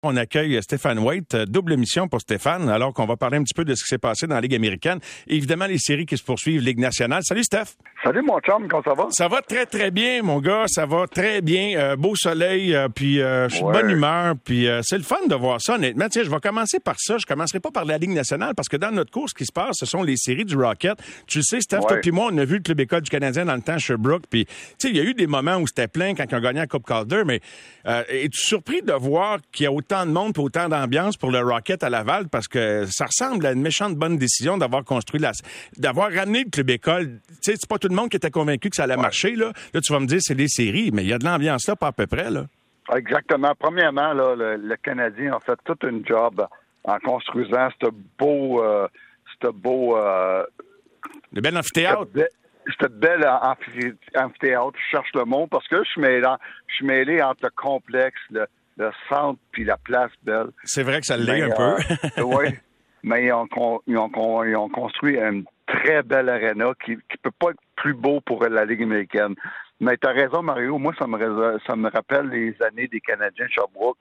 On accueille Stéphane Waite, double mission pour Stéphane, alors qu'on va parler un petit peu de ce qui s'est passé dans la Ligue américaine et évidemment les séries qui se poursuivent, Ligue nationale. Salut Steph! Salut mon chum, comment ça va? Ça va très très bien mon gars, ça va très bien. Beau soleil, puis je suis de bonne humeur, puis c'est le fun de voir ça honnêtement. Tiens, je vais commencer par ça, je commencerai pas par la Ligue nationale parce que dans notre cours, ce qui se passe, ce sont les séries du Rocket. Tu le sais Steph, toi puis moi, on a vu le Club École du Canadien dans le temps Sherbrooke, puis tu sais, il y a eu des moments où c'était plein quand ils ont gagné la Coupe Calder, mais es-tu surpris de voir qu'il y a autant de monde et autant d'ambiance pour le Rocket à Laval parce que ça ressemble à une méchante bonne décision d'avoir d'avoir ramené le Club École. Tu sais, c'est pas tout le monde qui était convaincu que ça allait marcher, là. Là, tu vas me dire, c'est des séries, mais il y a de l'ambiance là, pas à peu près, là. Exactement. Premièrement, là, le Canadien a fait tout un job en construisant ce beau le bel amphithéâtre. Cette belle amphithéâtre, je cherche le mot, parce que je suis mêlé entre le complexe, le centre puis la place belle. C'est vrai que ça l'est un peu. Oui, mais ils ont construit une très belle aréna qui peut pas être plus beau pour la Ligue américaine. Mais tu as raison, Mario. Moi, ça me rappelle les années des Canadiens de Sherbrooke.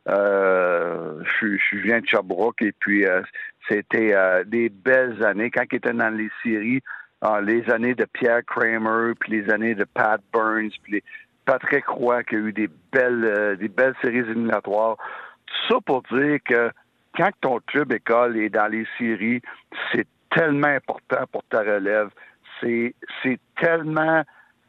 Je viens de Sherbrooke et puis c'était des belles années. Quand ils étaient dans les séries, les années de Pierre Kramer, puis les années de Pat Burns, puis Patrick Roy qui a eu des belles séries éliminatoires. Tout ça pour dire que quand ton club école est dans les séries, c'est tellement important pour ta relève. C'est tellement...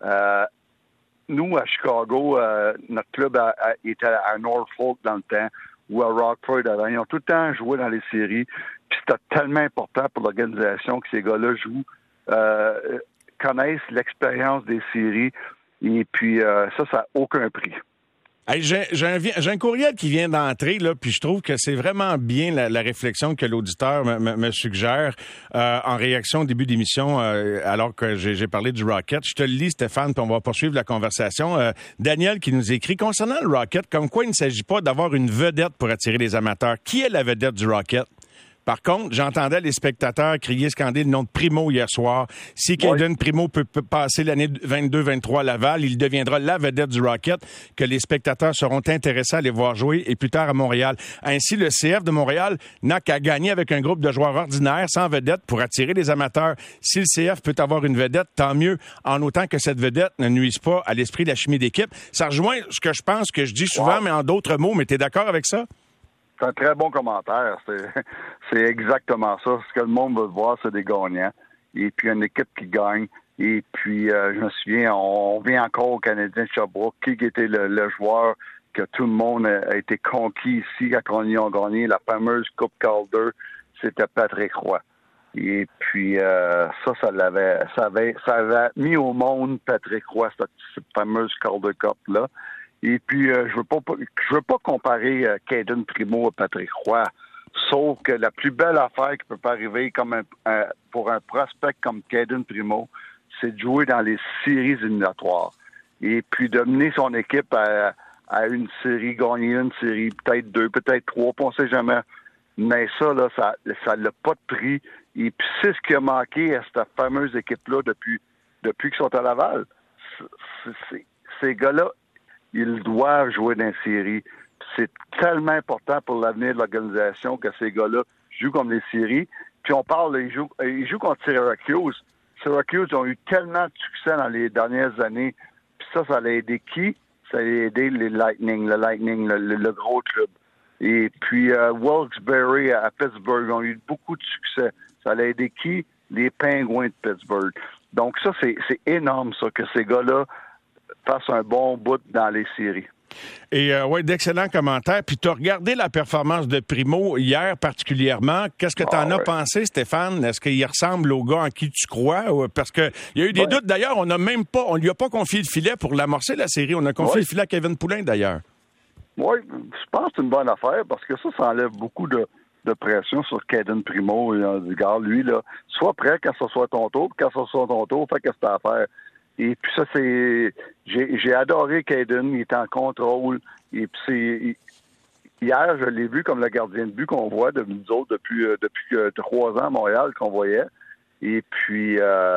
nous, à Chicago, notre club était à Norfolk dans le temps, ou à Rockford avant. Ils ont tout le temps joué dans les séries. Puis c'était tellement important pour l'organisation que ces gars-là jouent, connaissent l'expérience des séries. Et puis, ça n'a aucun prix. Hey, j'ai un courriel qui vient d'entrer, là, puis je trouve que c'est vraiment bien la réflexion que l'auditeur me suggère en réaction au début d'émission, alors que j'ai parlé du Rocket. Je te le lis, Stéphane, puis on va poursuivre la conversation. Daniel qui nous écrit, concernant le Rocket, comme quoi il ne s'agit pas d'avoir une vedette pour attirer les amateurs. Qui est la vedette du Rocket? Par contre, j'entendais les spectateurs crier, scander le nom de Primo hier soir. Si Caden Primo peut passer l'année 22-23 à Laval, il deviendra la vedette du Rocket que les spectateurs seront intéressés à aller voir jouer et plus tard à Montréal. Ainsi, le CF de Montréal n'a qu'à gagner avec un groupe de joueurs ordinaires sans vedette pour attirer les amateurs. Si le CF peut avoir une vedette, tant mieux, en autant que cette vedette ne nuise pas à l'esprit de la chimie d'équipe. Ça rejoint ce que je pense que je dis souvent, mais en d'autres mots. Mais t'es d'accord avec ça? C'est un très bon commentaire. C'est exactement ça. Ce que le monde veut voir, c'est des gagnants. Et puis, une équipe qui gagne. Et puis, je me souviens, on vient encore au Canadien de Sherbrooke. Qui était le joueur que tout le monde a été conquis ici quand ils ont gagné la fameuse Coupe Calder? C'était Patrick Roy. Et puis, ça avait mis au monde Patrick Roy, cette fameuse Calder Cup-là. Et puis, je veux pas comparer Caden Primo à Patrick Roy, sauf que la plus belle affaire qui peut pas arriver pour un prospect comme Caden Primo, c'est de jouer dans les séries éliminatoires. Et puis, de mener son équipe à une série, gagner une série, peut-être deux, peut-être trois, on sait jamais. Mais ça, là, ça n'a pas de prix. Et puis, c'est ce qui a manqué à cette fameuse équipe-là depuis qu'ils sont à Laval. Ces gars-là, ils doivent jouer dans les séries. C'est tellement important pour l'avenir de l'organisation que ces gars-là jouent comme les séries. Puis on parle, ils jouent contre Syracuse. Syracuse ont eu tellement de succès dans les dernières années. Puis ça a aidé qui? Ça a aidé le Lightning, le gros club. Et puis Wilkes-Barre à Pittsburgh ont eu beaucoup de succès. Ça a aidé qui? Les Penguins de Pittsburgh. Donc ça, c'est énorme, ça, que ces gars-là fasse un bon bout dans les séries. Et d'excellents commentaires. Puis tu as regardé la performance de Primo hier particulièrement. Qu'est-ce que tu en as pensé, Stéphane? Est-ce qu'il ressemble au gars en qui tu crois? Parce que il y a eu des doutes. D'ailleurs, on lui a pas confié le filet pour l'amorcer, la série. On a confié le filet à Kevin Poulin, d'ailleurs. Oui, je pense que c'est une bonne affaire parce que ça enlève beaucoup de pression sur Caden Primo. On dit, regarde, lui, là, sois prêt quand ce soit ton tour. Quand ce soit ton tour, fais qu'est-ce que tu as à faire. Et puis ça, j'ai adoré Caden, il est en contrôle. Et puis hier, je l'ai vu comme le gardien de but qu'on voit de nous autres depuis 3 ans à Montréal qu'on voyait. Et puis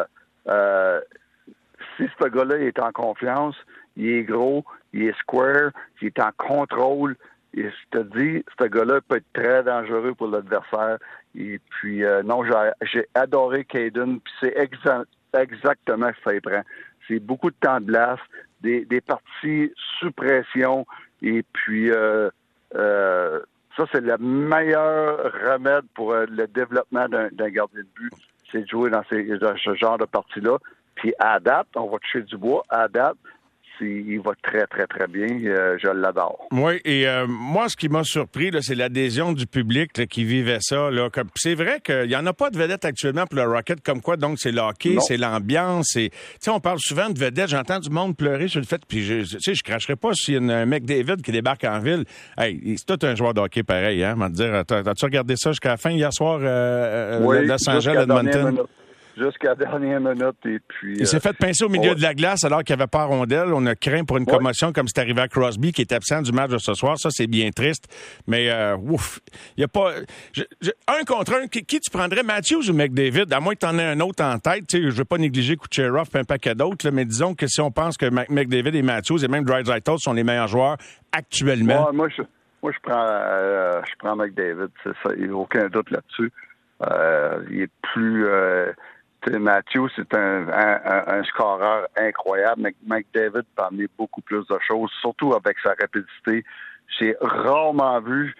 si ce gars-là est en confiance, il est gros, il est square, il est en contrôle. Et je te dis, ce gars-là peut être très dangereux pour l'adversaire. Et puis, non, j'ai adoré Caden, puis c'est exactement ce que ça y prend. C'est beaucoup de temps de glace, des parties sous pression, et puis ça, c'est le meilleur remède pour le développement d'un gardien de but, c'est de jouer dans ce genre de parties-là. Puis à date, on va toucher du bois, à date, il va très, très, très bien. Je l'adore. Oui, et moi, ce qui m'a surpris, là, c'est l'adhésion du public là, qui vivait ça. Là. C'est vrai qu'il n'y en a pas de vedette actuellement pour le Rocket comme quoi, donc c'est le hockey, c'est l'ambiance. On parle souvent de vedettes. J'entends du monde pleurer sur le fait, puis je cracherais pas s'il y a un McDavid qui débarque en ville. Hey, c'est tout un joueur de hockey pareil, hein, on va te dire. As-tu regardé ça jusqu'à la fin hier soir, Los Angeles, Edmonton? Jusqu'à la dernière minute. Et puis, il s'est fait pincer au milieu de la glace alors qu'il n'y avait pas rondelle. On a craint pour une commotion comme c'est arrivé à Crosby qui est absent du match de ce soir. Ça, c'est bien triste. Mais, ouf, il n'y a pas... un contre un, qui tu prendrais, Matthews ou McDavid? À moins que tu en aies un autre en tête. Je ne veux pas négliger Kucherov et un paquet d'autres, mais disons que si on pense que McDavid et Matthews et même Draisaitl sont les meilleurs joueurs actuellement... Moi, je prends McDavid. C'est ça, il n'y a aucun doute là-dessus. Il est plus... Matthews, c'est un scoreur incroyable. McDavid peut amener beaucoup plus de choses, surtout avec sa rapidité. J'ai rarement vu.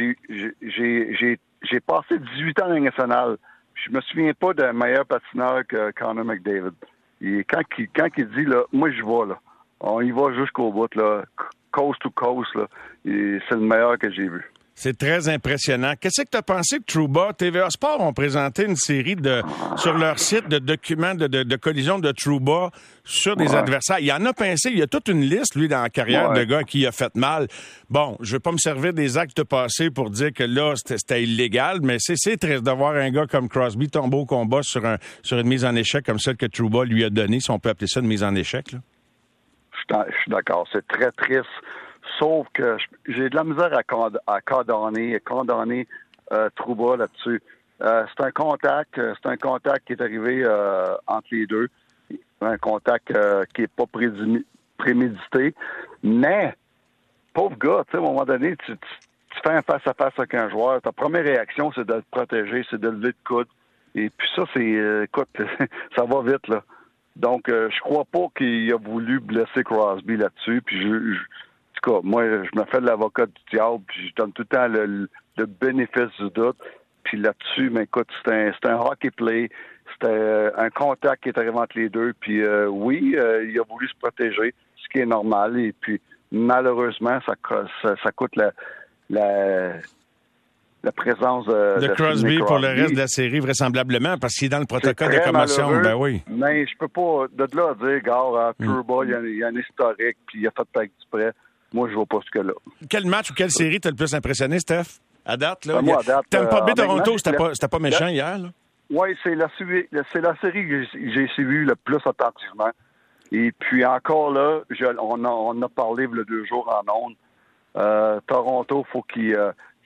J'ai passé 18 ans dans la nationale. Je me souviens pas d'un meilleur patineur que Connor McDavid. Et quand il dit là, moi je vais là, on y va jusqu'au bout là, coast to coast là. Et c'est le meilleur que j'ai vu. C'est très impressionnant. Qu'est-ce que tu as pensé de Trouba? TVA Sport ont présenté une série sur leur site de documents de collision de Trouba sur des adversaires. Il y en a pincé, il y a toute une liste, lui, dans la carrière de gars qui a fait mal. Bon, je vais pas me servir des actes passés pour dire que là, c'était illégal, mais c'est triste de voir un gars comme Crosby tomber au combat sur une mise en échec comme celle que Trouba lui a donnée, si on peut appeler ça une mise en échec, là. Je suis d'accord. C'est très triste. Sauf que j'ai de la misère à condamner Trouba là-dessus. C'est un contact qui est arrivé entre les deux. Un contact qui n'est pas prémédité. Mais, pauvre gars, à un moment donné, tu fais un face-à-face avec un joueur. Ta première réaction, c'est de le protéger, c'est de lever le coude. Et puis ça, écoute, ça va vite, là. Donc, je crois pas qu'il a voulu blesser Crosby là-dessus. Puis en tout cas, moi, je me fais de l'avocat du diable, puis je donne tout le temps le bénéfice du doute. Puis là-dessus, mais écoute, c'est un hockey play, c'était un contact qui est arrivé entre les deux. Puis oui, il a voulu se protéger, ce qui est normal. Et puis malheureusement, ça coûte la présence de Crosby pour le reste de la série, vraisemblablement, parce qu'il est dans le protocole de commotion. Ben oui. Mais je peux pas, de là à dire, gars, Trouba, il y a un historique, puis il a fait avec du prêt. Moi, je vois pas ce que là. Quel match ou quelle série t'as le plus impressionné, Steph? À date, là? Moi, à date, Tampa Bay Toronto, c'était pas méchant hier, là? Oui, c'est la série que j'ai suivie le plus attentivement. Et puis encore là, on a parlé il y a 2 jours en ondes. Toronto, faut qu'il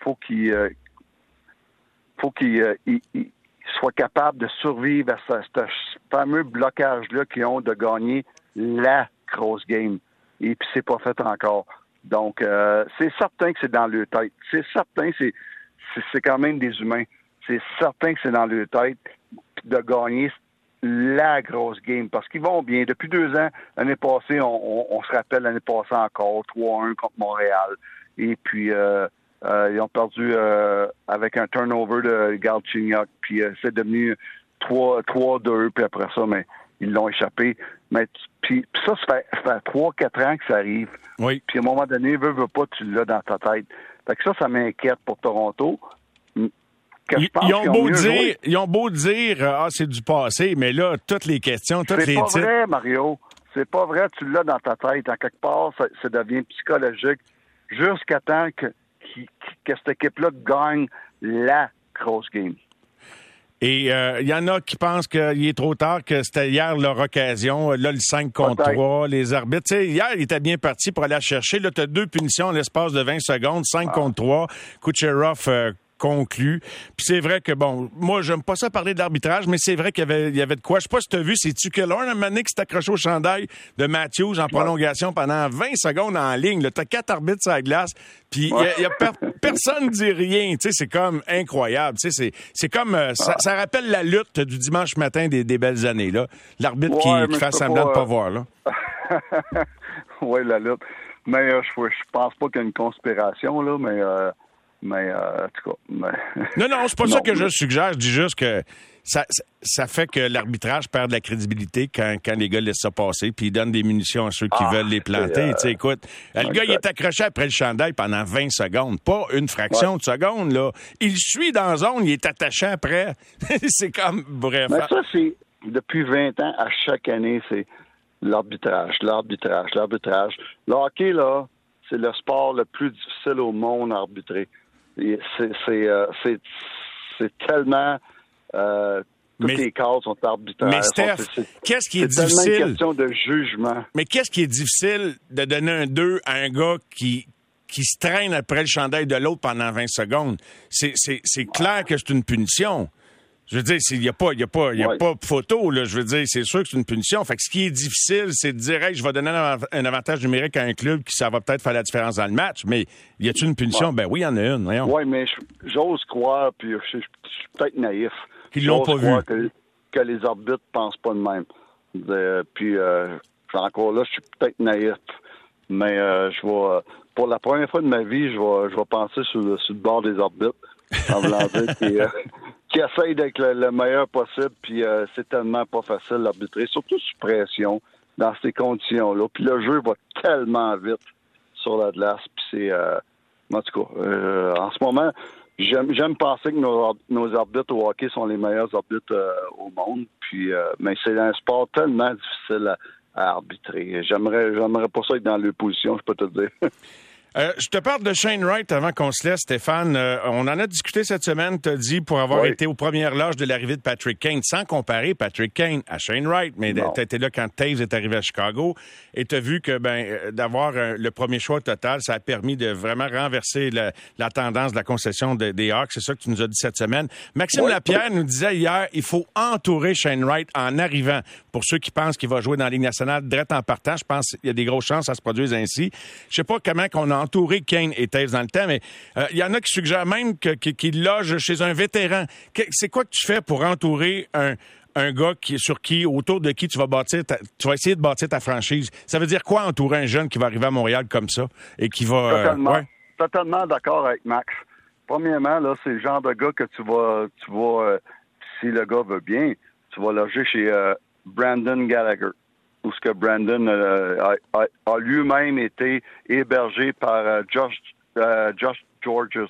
soit capable de survivre à ce fameux blocage-là qu'ils ont de gagner la grosse game. Et puis c'est pas fait encore. Donc, c'est certain que c'est dans leur tête. C'est certain, c'est quand même des humains. C'est certain que c'est dans leur tête de gagner la grosse game. Parce qu'ils vont bien. Depuis 2 ans, l'année passée, on se rappelle l'année passée encore, 3-1 contre Montréal. Et puis, ils ont perdu avec un turnover de Galchenyuk. Puis, c'est devenu 3-2. Puis après ça, mais ils l'ont échappé. Mais puis ça fait 3-4 ans que ça arrive. Oui. Puis à un moment donné, veux pas, tu l'as dans ta tête. Fait que ça m'inquiète pour Toronto. Ils ont beau dire c'est du passé, mais là, toutes les questions, toutes les titres... C'est pas vrai, Mario. C'est pas vrai, tu l'as dans ta tête. En quelque part, ça devient psychologique jusqu'à temps que cette équipe-là gagne la grosse game. Et il y en a qui pensent qu'il est trop tard, que c'était hier leur occasion. Là, le 5 contre 3, les arbitres. Tu sais, hier, il était bien parti pour aller la chercher. Là, tu as 2 punitions en l'espace de 20 secondes, 5 contre 3. Kucherov conclu. Puis c'est vrai que, bon, moi, j'aime pas ça parler d'arbitrage, mais c'est vrai qu'il y avait de quoi. Je sais pas si tu as vu, c'est-tu que l'un, un moment donné, qui s'est accroché au chandail de Matthews en prolongation pendant 20 secondes en ligne. Tu as 4 arbitres sur la glace, puis personne dit rien. Tu sais, c'est comme incroyable. Tu sais, c'est comme... ça rappelle la lutte du dimanche matin des belles années, là. L'arbitre qui fait semblant de pas voir, là. Oui, la lutte. Mais je pense pas qu'il y a une conspiration, là, mais en tout cas... Non, c'est pas ça que je suggère. Je dis juste que ça fait que l'arbitrage perd de la crédibilité quand les gars laissent ça passer puis ils donnent des munitions à ceux qui veulent les planter. Tu sais, écoute, le gars, il est accroché après le chandail pendant 20 secondes, pas une fraction de seconde, là. Il suit dans la zone, il est attaché après. C'est comme... Bref. Mais ça, c'est... Depuis 20 ans, à chaque année, c'est l'arbitrage. Le hockey, là, c'est le sport le plus difficile au monde à arbitrer. C'est tellement... toutes les cases sont arbitraires. Mais Steph, qu'est-ce qui est difficile? C'est tellement une question de jugement. Mais qu'est-ce qui est difficile de donner un 2 à un gars qui se traîne après le chandail de l'autre pendant 20 secondes? C'est clair que c'est une punition. Je veux dire, il y a pas de photo, là. Je veux dire, c'est sûr que c'est une punition. Fait que ce qui est difficile, c'est de dire, hey, je vais donner un avantage numérique à un club qui ça va peut-être faire la différence dans le match. Mais y a-t-il une punition? Ben oui, il y en a une, voyons. Oui, mais j'ose croire, puis je suis peut-être naïf. Qu'ils l'ont pas vu. Que les arbitres pensent pas de même. Puis, encore là, je suis peut-être naïf. Mais je vais, pour la première fois de ma vie, je vais penser sur le bord des arbitres. En voulant dire qui essaye d'être le meilleur possible, puis c'est tellement pas facile d'arbitrer, surtout sous pression, dans ces conditions-là. Puis le jeu va tellement vite sur la glace, puis c'est... en tout cas, en ce moment, j'aime penser que nos arbitres au hockey sont les meilleurs arbitres au monde, puis mais c'est un sport tellement difficile à arbitrer. J'aimerais pas ça être dans leur position, je peux te dire. Je te parle de Shane Wright avant qu'on se laisse, Stéphane. On en a discuté cette semaine, t'as dit, pour avoir été aux premières loges de l'arrivée de Patrick Kane, sans comparer Patrick Kane à Shane Wright, mais t'as été là quand Taves est arrivé à Chicago, et t'as vu que d'avoir le premier choix total, ça a permis de vraiment renverser la tendance de la concession des Hawks. C'est ça que tu nous as dit cette semaine. Maxime Lapierre nous disait hier, il faut entourer Shane Wright en arrivant. Pour ceux qui pensent qu'il va jouer dans la Ligue nationale, direct en partant, je pense qu'il y a des grosses chances que ça se produise ainsi. Je sais pas comment qu'on a entouré Kane et Taves dans le temps, mais il y en a qui suggèrent même qu'il loge chez un vétéran. C'est quoi que tu fais pour entourer un gars autour de qui tu vas essayer de bâtir ta franchise? Ça veut dire quoi entourer un jeune qui va arriver à Montréal comme ça et qui va... Totalement d'accord avec Max. Premièrement, là, c'est le genre de gars que tu vas si le gars veut bien, tu vas loger chez Brandon Gallagher, où ce que Brandon a lui-même été hébergé par Josh Georges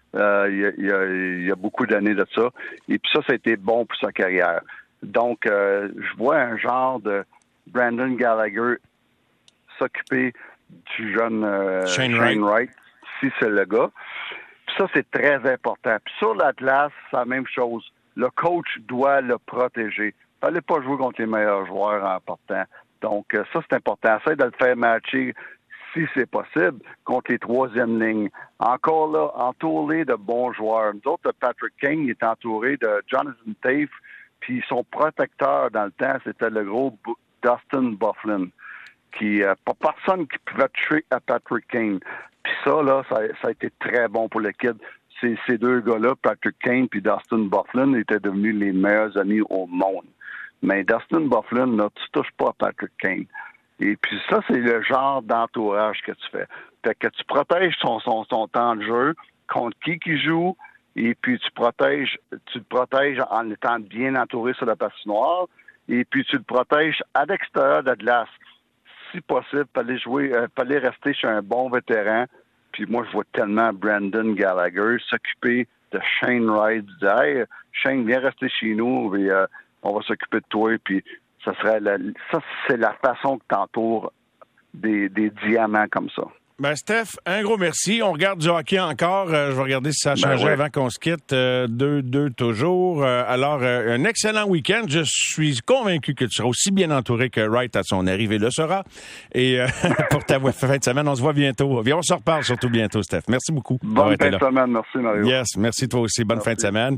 il y a beaucoup d'années de ça. Et puis ça a été bon pour sa carrière. Donc, je vois un genre de Brandon Gallagher s'occuper du jeune Shane Wright, si c'est le gars. Puis ça, c'est très important. Puis sur la glace, c'est la même chose. Le coach doit le protéger. Il ne fallait pas jouer contre les meilleurs joueurs en partant. Donc, ça, c'est important. Essaye de le faire matcher, si c'est possible, contre les troisièmes lignes. Encore là, entouré de bons joueurs. Nous autres, Patrick Kane est entouré de Jonathan Taves, puis son protecteur dans le temps, c'était le gros Dustin Byfuglien, qui pas personne qui pouvait toucher à Patrick Kane. Puis ça, là, ça a été très bon pour le kid. Ces deux gars-là, Patrick Kane et Dustin Byfuglien, étaient devenus les meilleurs amis au monde. Mais Dustin Byfuglien, là, tu touches pas à Patrick Kane. Et puis ça, c'est le genre d'entourage que tu fais. Fait que tu protèges son temps de jeu contre qui joue, et puis tu le protèges en étant bien entouré sur la patinoire, et puis tu le protèges à l'extérieur de la glace. Si possible, fallait rester chez un bon vétéran. Puis moi, je vois tellement Brandon Gallagher s'occuper de Shane Wright, dire « Hey, Shane, viens rester chez nous, et on va s'occuper de toi. » Puis ça, c'est la façon que t'entoures des diamants comme ça. Ben Steph, un gros merci. On regarde du hockey encore. Je vais regarder si ça a changé avant qu'on se quitte. 2-2 toujours. Alors, un excellent week-end. Je suis convaincu que tu seras aussi bien entouré que Wright à son arrivée le sera. Et pour ta fin de semaine, on se voit bientôt. On se reparle surtout bientôt, Steph. Merci beaucoup. Bonne fin de semaine. Merci, Mario. Yes, merci toi aussi. Bonne fin de semaine.